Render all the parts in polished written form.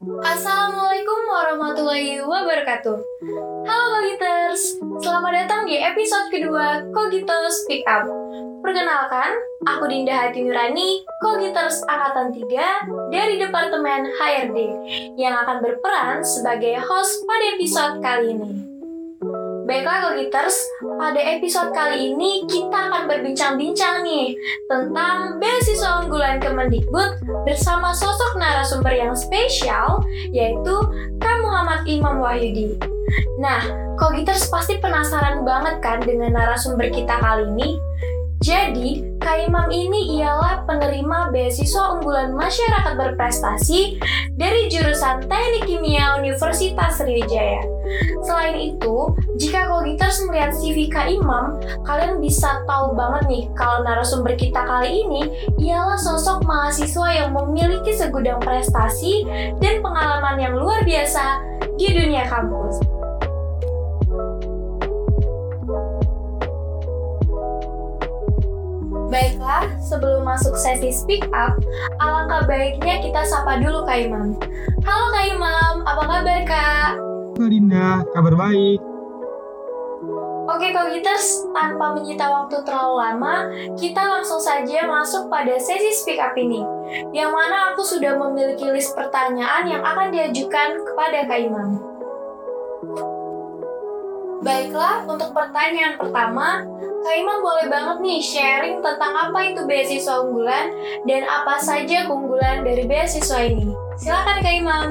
Assalamualaikum warahmatullahi wabarakatuh. Halo Kogiters, selamat datang di episode kedua Kogito Speak Up. Perkenalkan, aku Dinda Hati Nurani, Kogiters Angkatan 3 dari Departemen HRD yang akan berperan sebagai host pada episode kali ini. Baiklah Kogiters, pada episode kali ini kita akan berbincang-bincang nih tentang beasiswa unggulan Kemendikbud bersama sosok narasumber yang spesial, yaitu Kak Muhammad Imam Wahyudi. Nah, Kogiters pasti penasaran banget kan dengan narasumber kita kali ini? Jadi, Kak Imam ini ialah penerima beasiswa unggulan masyarakat berprestasi dari jurusan Teknik Kimia Universitas Sriwijaya. Selain itu, jika Kogiters melihat CV Kak Imam, kalian bisa tahu banget nih kalau narasumber kita kali ini ialah sosok mahasiswa yang memiliki segudang prestasi dan pengalaman yang luar biasa di dunia kampus. Baiklah, sebelum masuk sesi speak up, alangkah baiknya kita sapa dulu Kak Imam. Halo Kak Imam, apa kabar Kak? Halo Dinda, kabar baik. Oke Kogiters, tanpa menyita waktu terlalu lama, kita langsung saja masuk pada sesi speak up ini, yang mana aku sudah memiliki list pertanyaan yang akan diajukan kepada Kak Imam. Baiklah, untuk pertanyaan pertama, Kak Imam boleh banget nih sharing tentang apa itu beasiswa unggulan dan apa saja keunggulan dari beasiswa ini. Silakan Kak Imam.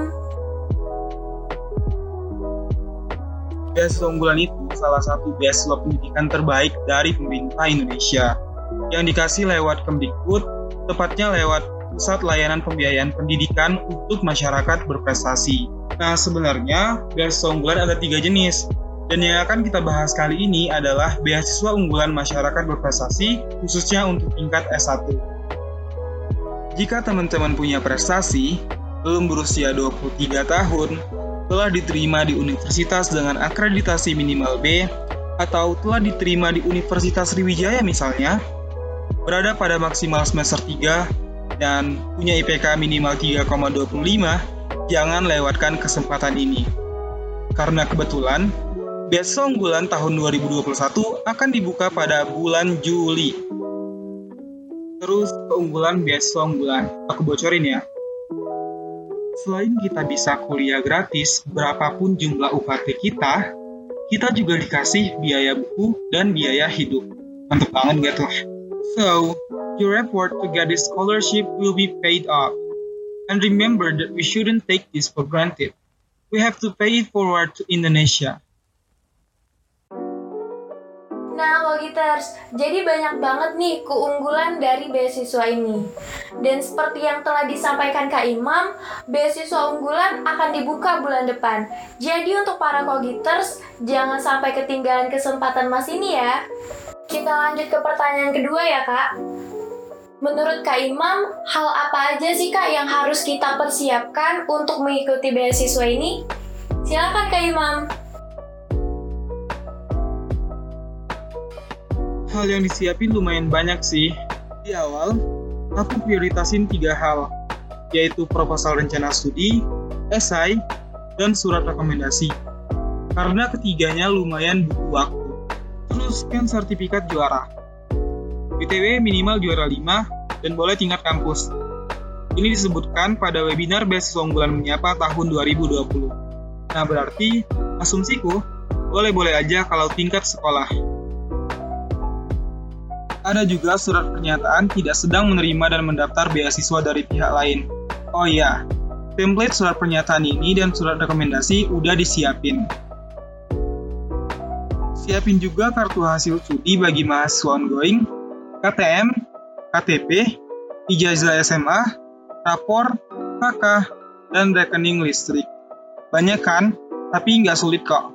Beasiswa unggulan itu salah satu beasiswa pendidikan terbaik dari pemerintah Indonesia yang dikasih lewat Kemdikbud, tepatnya lewat Pusat Layanan Pembiayaan Pendidikan untuk Masyarakat Berprestasi. Nah, sebenarnya beasiswa unggulan ada 3 jenis. Dan yang akan kita bahas kali ini adalah beasiswa unggulan masyarakat berprestasi, khususnya untuk tingkat S1. Jika teman-teman punya prestasi, belum berusia 23 tahun, telah diterima di universitas dengan akreditasi minimal B, atau telah diterima di Universitas Sriwijaya misalnya, berada pada maksimal semester 3, dan punya IPK minimal 3,25, jangan lewatkan kesempatan ini. Karena kebetulan, beasiswa unggulan tahun 2021 akan dibuka pada bulan Juli. Terus keunggulan beasiswa unggulan, aku bocorin ya. Selain kita bisa kuliah gratis berapapun jumlah UKT kita juga dikasih biaya buku dan biaya hidup. Mantap banget gak tuh? So, your effort to get this scholarship will be paid off. And remember that we shouldn't take this for granted. We have to pay it forward to Indonesia. Nah Kogiters, jadi banyak banget nih keunggulan dari beasiswa ini. Dan seperti yang telah disampaikan Kak Imam, beasiswa unggulan akan dibuka bulan depan. Jadi untuk para Kogiters, jangan sampai ketinggalan kesempatan mas ini ya. Kita lanjut ke pertanyaan kedua ya Kak. Menurut Kak Imam, hal apa aja sih Kak yang harus kita persiapkan untuk mengikuti beasiswa ini? Silakan Kak Imam. Hal yang disiapin lumayan banyak sih. Di awal, aku prioritasin 3 hal, yaitu proposal rencana studi, esai, dan surat rekomendasi. Karena ketiganya lumayan butuh waktu. Terus kan sertifikat juara. BTW minimal juara 5 dan boleh tingkat kampus. Ini disebutkan pada webinar beasiswa unggulan menyapa tahun 2020. Nah berarti, asumsiku, boleh-boleh aja kalau tingkat sekolah. Ada juga surat pernyataan tidak sedang menerima dan mendaftar beasiswa dari pihak lain. Oh iya, template surat pernyataan ini dan surat rekomendasi udah disiapin. Siapin juga kartu hasil studi bagi mahasiswa ongoing, KTM, KTP, ijazah SMA, rapor, KK, dan rekening listrik. Banyak kan? Tapi nggak sulit kok.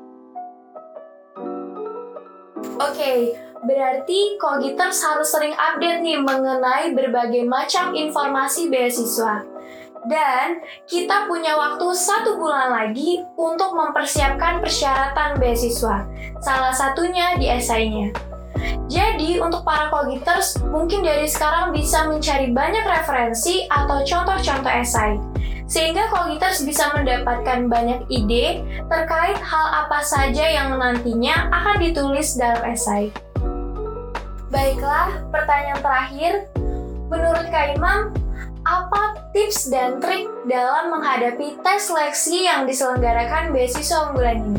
Oke, berarti Kogiters harus sering update nih mengenai berbagai macam informasi beasiswa. Dan kita punya waktu 1 bulan lagi untuk mempersiapkan persyaratan beasiswa. Salah satunya di esainya. Jadi untuk para Kogiters, mungkin dari sekarang bisa mencari banyak referensi atau contoh-contoh esai. sehingga Kogiters bisa mendapatkan banyak ide terkait hal apa saja yang nantinya akan ditulis dalam esai. Baiklah, pertanyaan terakhir. Menurut Kak Imam, apa tips dan trik dalam menghadapi tes seleksi yang diselenggarakan beasiswa unggulan ini?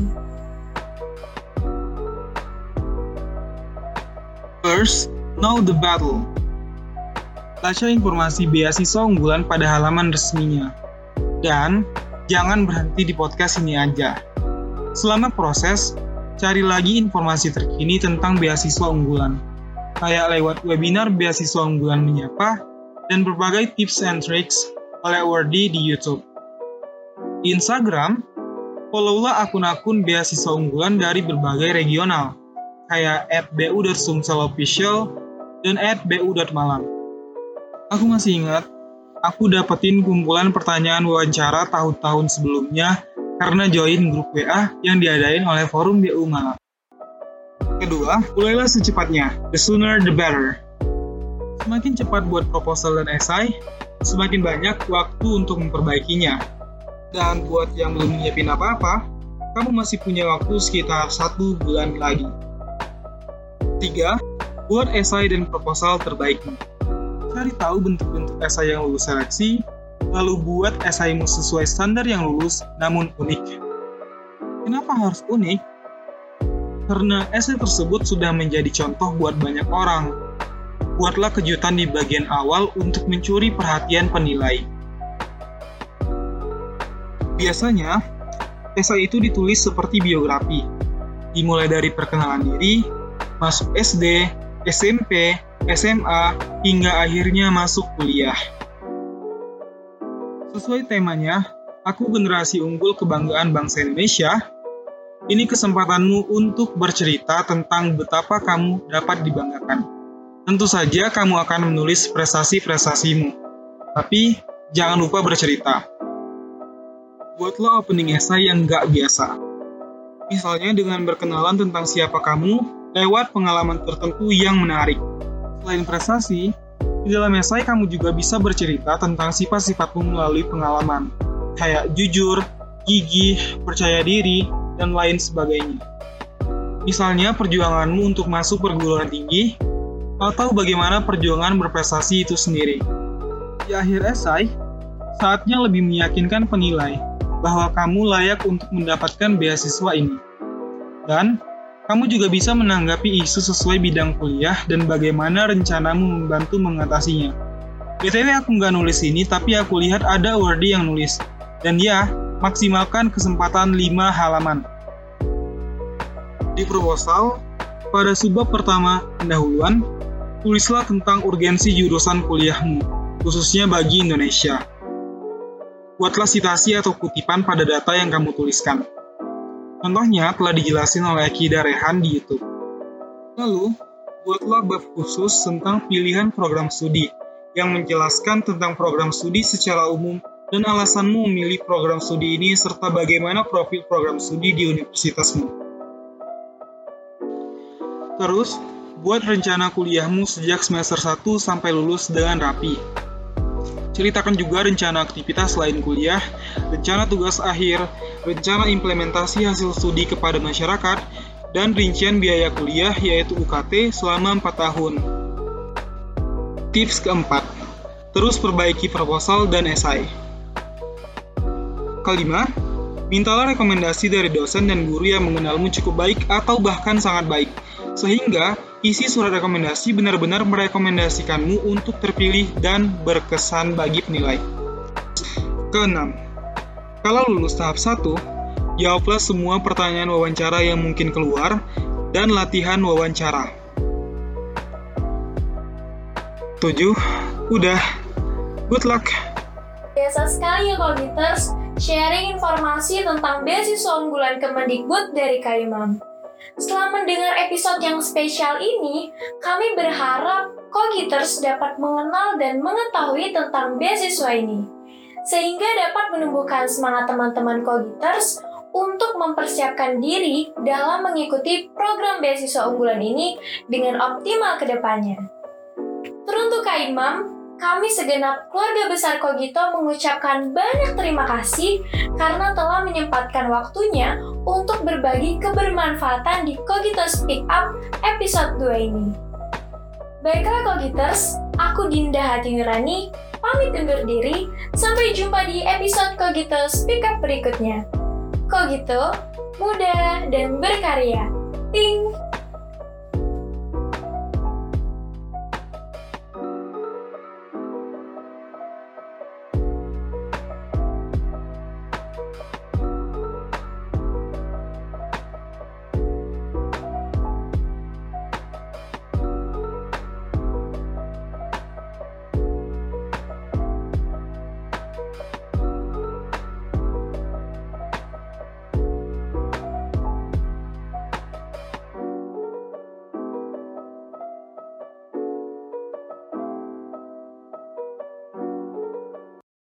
First, know the battle. Baca informasi beasiswa unggulan pada halaman resminya. Dan jangan berhenti di podcast ini aja. Selama proses, cari lagi informasi terkini tentang beasiswa unggulan. Kayak lewat webinar beasiswa unggulan menyapa, dan berbagai tips and tricks oleh Wordy di YouTube. Di Instagram, followlah akun-akun beasiswa unggulan dari berbagai regional, kayak @bu.sumselofficial dan @bu.malang. Aku masih ingat, aku dapetin kumpulan pertanyaan wawancara tahun-tahun sebelumnya karena join grup WA yang diadain oleh Forum BU Malang. Kedua, mulailah secepatnya, the sooner the better. Semakin cepat buat proposal dan esai, semakin banyak waktu untuk memperbaikinya. Dan buat yang belum nyiapin apa-apa, kamu masih punya waktu sekitar 1 bulan lagi. 3. Buat esai dan proposal terbaikmu. Cari tahu bentuk-bentuk esai yang lulus seleksi, lalu buat esaimu sesuai standar yang lulus, namun unik. Kenapa harus unik? Karena esai tersebut sudah menjadi contoh buat banyak orang. Buatlah kejutan di bagian awal untuk mencuri perhatian penilai. Biasanya, esai itu ditulis seperti biografi, dimulai dari perkenalan diri, masuk SD, SMP, SMA, hingga akhirnya masuk kuliah. Sesuai temanya, Aku Generasi Unggul Kebanggaan Bangsa Indonesia. Ini kesempatanmu untuk bercerita tentang betapa kamu dapat dibanggakan. Tentu saja kamu akan menulis prestasi-prestasimu, tapi jangan lupa bercerita. Buatlah opening esai yang gak biasa. Misalnya dengan berkenalan tentang siapa kamu lewat pengalaman tertentu yang menarik. Selain prestasi, di dalam esai kamu juga bisa bercerita tentang sifat-sifatmu melalui pengalaman, kayak jujur, gigih, percaya diri, dan lain sebagainya. Misalnya perjuanganmu untuk masuk perguruan tinggi, atau bagaimana perjuangan berprestasi itu sendiri. Di akhir esai, saatnya lebih meyakinkan penilai bahwa kamu layak untuk mendapatkan beasiswa ini. Dan, kamu juga bisa menanggapi isu sesuai bidang kuliah dan bagaimana rencanamu membantu mengatasinya. BTW aku nggak nulis ini, tapi aku lihat ada Wordy yang nulis. Dan ya, maksimalkan kesempatan 5 halaman. Di proposal, pada subbab pertama, pendahuluan, tulislah tentang urgensi jurusan kuliahmu, khususnya bagi Indonesia. Buatlah sitasi atau kutipan pada data yang kamu tuliskan. Contohnya telah dijelasin oleh Kida Rehan di YouTube. Lalu, buatlah bab khusus tentang pilihan program studi, yang menjelaskan tentang program studi secara umum dan alasanmu memilih program studi ini serta bagaimana profil program studi di universitasmu. Terus, buat rencana kuliahmu sejak semester 1 sampai lulus dengan rapi. Ceritakan juga rencana aktivitas selain kuliah, rencana tugas akhir, rencana implementasi hasil studi kepada masyarakat, dan rincian biaya kuliah yaitu UKT selama 4 tahun. Tips keempat, terus perbaiki proposal dan esai. Kelima, mintalah rekomendasi dari dosen dan guru yang mengenalmu cukup baik atau bahkan sangat baik, sehingga isi surat rekomendasi benar-benar merekomendasikanmu untuk terpilih dan berkesan bagi penilai. Keenam, kalau lulus tahap 1, jawablah semua pertanyaan wawancara yang mungkin keluar dan latihan wawancara. 7, udah. Good luck! Biasa sekali ya Kogiters, sharing informasi tentang beasiswa unggulan Kemendikbud dari Kak Imam. Setelah mendengar episode yang spesial ini, kami berharap Kogiters dapat mengenal dan mengetahui tentang beasiswa ini, sehingga dapat menumbuhkan semangat teman-teman Kogiters untuk mempersiapkan diri dalam mengikuti program beasiswa unggulan ini dengan optimal ke depannya. Teruntuk Kak Imam, kami segenap keluarga besar Kogito mengucapkan banyak terima kasih karena telah menyempatkan waktunya untuk berbagi kebermanfaatan di Kogito Speak Up episode 2 ini. Baiklah Kogiters, aku Dinda Hati Nurani, pamit undur diri. Sampai jumpa di episode Kogito Speak Up berikutnya. Kogito, muda dan berkarya. Ting!